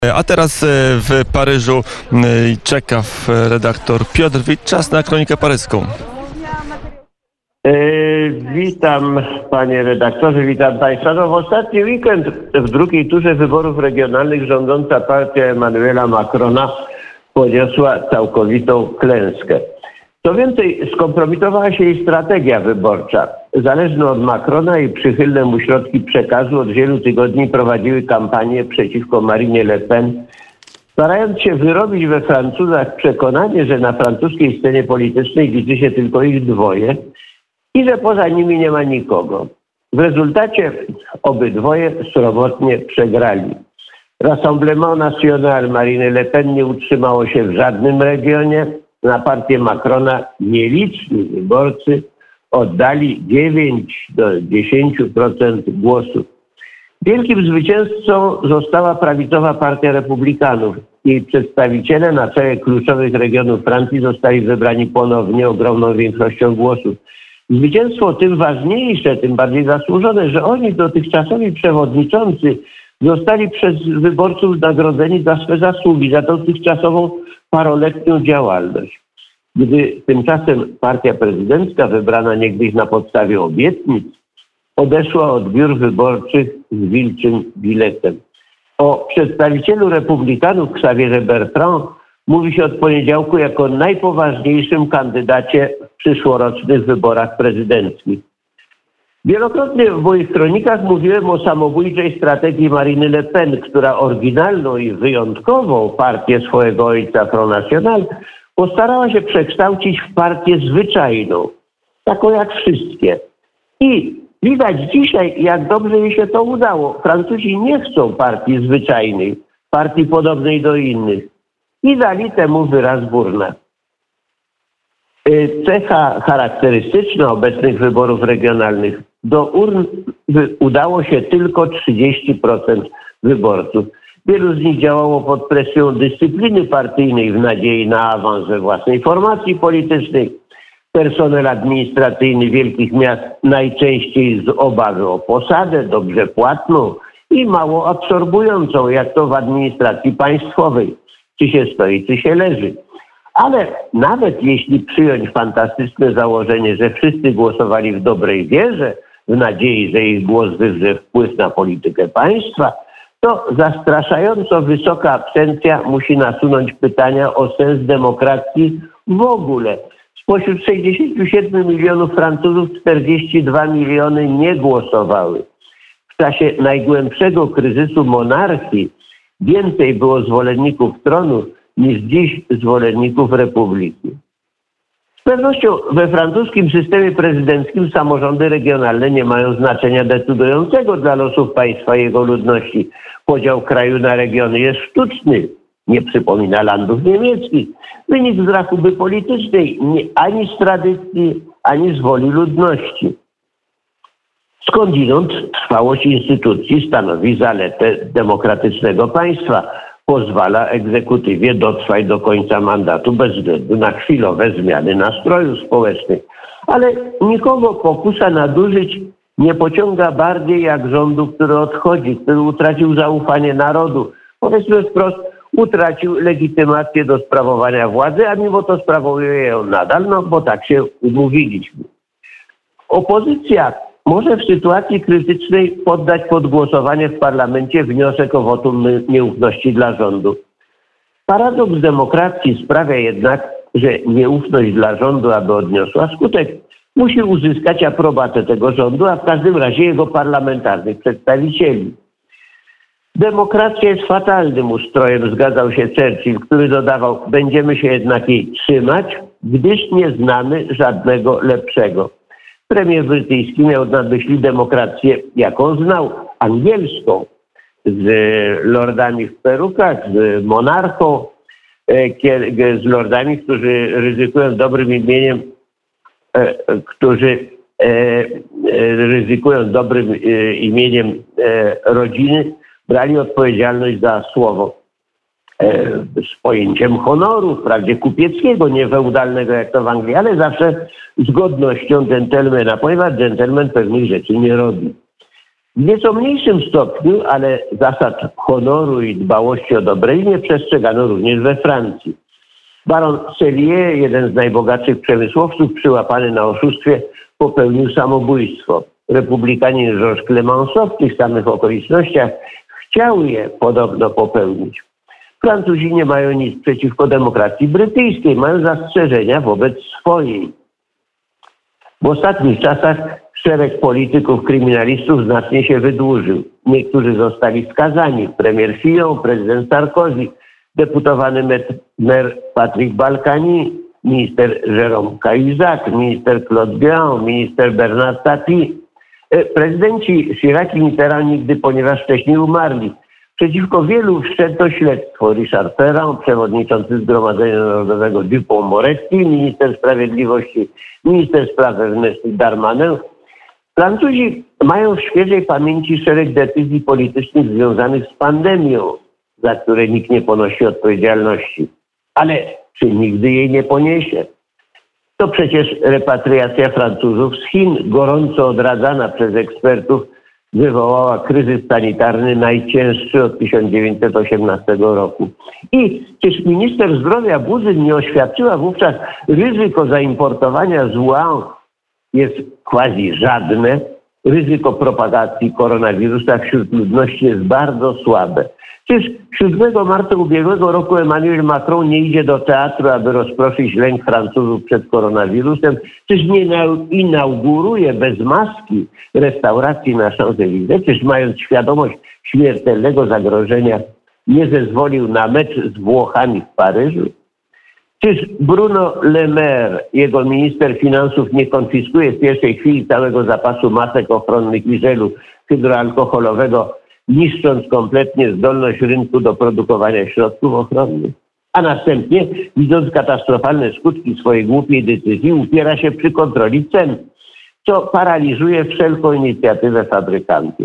A teraz w Paryżu czeka redaktor Piotr Wit. Czas na kronikę paryską. Witam panie redaktorze, witam państwa. W ostatni weekend w drugiej turze wyborów regionalnych rządząca partia Emmanuela Macrona poniosła całkowitą klęskę. Co więcej, skompromitowała się jej strategia wyborcza. Zależne od Macrona i przychylne mu środki przekazu od wielu tygodni prowadziły kampanię przeciwko Marinie Le Pen, starając się wyrobić we Francuzach przekonanie, że na francuskiej scenie politycznej liczy się tylko ich dwoje i że poza nimi nie ma nikogo. W rezultacie obydwoje sromotnie przegrali. Rassemblement National Marine Le Pen nie utrzymało się w żadnym regionie. Na partię Macrona nieliczni wyborcy oddali 9-10% głosów. Wielkim zwycięzcą została prawicowa Partia Republikanów. Jej przedstawiciele na czele kluczowych regionów Francji zostali wybrani ponownie ogromną większością głosów. Zwycięstwo tym ważniejsze, tym bardziej zasłużone, że oni, dotychczasowi przewodniczący, zostali przez wyborców nagrodzeni za swe zasługi, za dotychczasową paroletnią działalność. Gdy tymczasem partia prezydencka, wybrana niegdyś na podstawie obietnic, odeszła od biur wyborczych z wilczym biletem. O przedstawicielu republikanów Xavierze Bertrand mówi się od poniedziałku jako najpoważniejszym kandydacie w przyszłorocznych wyborach prezydenckich. Wielokrotnie w moich kronikach mówiłem o samobójczej strategii Marine Le Pen, która oryginalną i wyjątkową partię swojego ojca Front National postarała się przekształcić w partię zwyczajną, taką jak wszystkie. I widać dzisiaj, jak dobrze jej się to udało. Francuzi nie chcą partii zwyczajnej, partii podobnej do innych. I dali temu wyraz burna. Cecha charakterystyczna obecnych wyborów regionalnych: do urn udało się tylko 30% wyborców. Wielu z nich działało pod presją dyscypliny partyjnej w nadziei na awans we własnej formacji politycznej. Personel administracyjny wielkich miast najczęściej z obawy o posadę, dobrze płatną i mało absorbującą, jak to w administracji państwowej. Czy się stoi, czy się leży. Ale nawet jeśli przyjąć fantastyczne założenie, że wszyscy głosowali w dobrej wierze, w nadziei, że ich głos wywrze wpływ na politykę państwa, to zastraszająco wysoka absencja musi nasunąć pytania o sens demokracji w ogóle. Spośród 67 milionów Francuzów 42 miliony nie głosowały. W czasie najgłębszego kryzysu monarchii więcej było zwolenników tronu niż dziś zwolenników republiki. Z pewnością we francuskim systemie prezydenckim samorządy regionalne nie mają znaczenia decydującego dla losów państwa i jego ludności. Podział kraju na regiony jest sztuczny, nie przypomina landów niemieckich. Wynik z rachuby politycznej, ani z tradycji, ani z woli ludności. Skądinąd trwałość instytucji stanowi zaletę demokratycznego państwa. Pozwala egzekutywie dotrwać do końca mandatu bez względu na chwilowe zmiany nastrojów społecznych. Ale nikogo pokusa nadużyć nie pociąga bardziej jak rządu, który odchodzi, który utracił zaufanie narodu. Powiedzmy wprost, utracił legitymację do sprawowania władzy, a mimo to sprawuje ją nadal, bo tak się umówiliśmy. Opozycja może w sytuacji krytycznej poddać pod głosowanie w parlamencie wniosek o wotum nieufności dla rządu. Paradoks demokracji sprawia jednak, że nieufność dla rządu, aby odniosła skutek, musi uzyskać aprobatę tego rządu, a w każdym razie jego parlamentarnych przedstawicieli. Demokracja jest fatalnym ustrojem, zgadzał się Churchill, który dodawał: będziemy się jednak jej trzymać, gdyż nie znamy żadnego lepszego. Premier brytyjski miał na myśli demokrację, jaką znał, angielską, z lordami w perukach, z monarchą, z lordami, którzy ryzykują dobrym imieniem, rodziny, brali odpowiedzialność za słowo. Z pojęciem honoru, wprawdzie kupieckiego, nie feudalnego jak to w Anglii, ale zawsze z godnością dżentelmena, ponieważ dżentelmen pewnych rzeczy nie robi. W nieco mniejszym stopniu, ale zasad honoru i dbałości o dobre imię przestrzegano również we Francji. Baron Sellier, jeden z najbogatszych przemysłowców, przyłapany na oszustwie, popełnił samobójstwo. Republikanin Georges Clemenceau w tych samych okolicznościach chciał je podobno popełnić. Francuzi nie mają nic przeciwko demokracji brytyjskiej, mają zastrzeżenia wobec swojej. W ostatnich czasach szereg polityków, kryminalistów znacznie się wydłużył. Niektórzy zostali skazani. Premier Fillon, prezydent Sarkozy, deputowany mer Patrick Balkany, minister Jérôme Cahuzac, minister Claude Guéant, minister Bernard Tapie. Prezydenci Chirac i Mitterrand nigdy, ponieważ wcześniej umarli. Przeciwko wielu wszczęto śledztwo. Richard Ferrand, przewodniczący Zgromadzenia Narodowego Dupont-Moretti, minister sprawiedliwości, minister spraw wewnętrznych Darmanin. Francuzi mają w świeżej pamięci szereg decyzji politycznych związanych z pandemią, za które nikt nie ponosi odpowiedzialności. Ale czy nigdy jej nie poniesie? To przecież repatriacja Francuzów z Chin, gorąco odradzana przez ekspertów, wywołała kryzys sanitarny najcięższy od 1918 roku. I czyż minister zdrowia Buzyn nie oświadczyła wówczas, ryzyko zaimportowania z Wuhan jest quasi żadne, ryzyko propagacji koronawirusa wśród ludności jest bardzo słabe. Czyż 7 marca ubiegłego roku Emmanuel Macron nie idzie do teatru, aby rozproszyć lęk Francuzów przed koronawirusem? Czyż nie inauguruje bez maski restauracji na Champs-Élysées? Czyż mając świadomość śmiertelnego zagrożenia nie zezwolił na mecz z Włochami w Paryżu? Czyż Bruno Le Maire, jego minister finansów, nie konfiskuje w pierwszej chwili całego zapasu masek ochronnych i żelu hydroalkoholowego, niszcząc kompletnie zdolność rynku do produkowania środków ochronnych? A następnie, widząc katastrofalne skutki swojej głupiej decyzji, upiera się przy kontroli cen, co paraliżuje wszelką inicjatywę fabrykantów.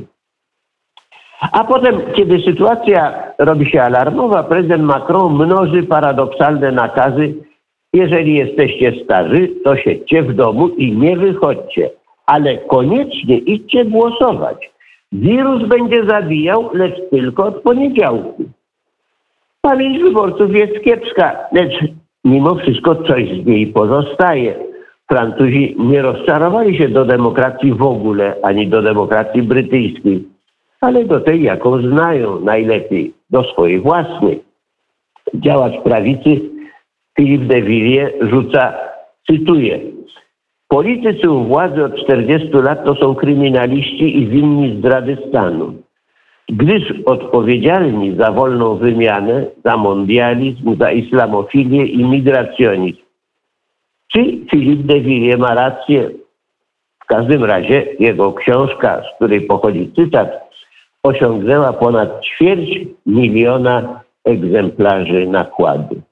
A potem, kiedy sytuacja robi się alarmowa, prezydent Macron mnoży paradoksalne nakazy: jeżeli jesteście starzy, to siedźcie w domu i nie wychodźcie, ale koniecznie idźcie głosować. Wirus będzie zabijał, lecz tylko od poniedziałku. Pamięć wyborców jest kiepska, lecz mimo wszystko coś z niej pozostaje. Francuzi nie rozczarowali się do demokracji w ogóle, ani do demokracji brytyjskiej, ale do tej, jaką znają najlepiej, do swojej własnej. Działacz prawicy Philippe de Villiers rzuca, cytuję: politycy u władzy od 40 lat to są kryminaliści i winni zdrady stanu, gdyż odpowiedzialni za wolną wymianę, za mondializm, za islamofilię i migracjonizm. Czy Philippe de Villiers ma rację? W każdym razie jego książka, z której pochodzi cytat, osiągnęła ponad 250 000 egzemplarzy nakładu.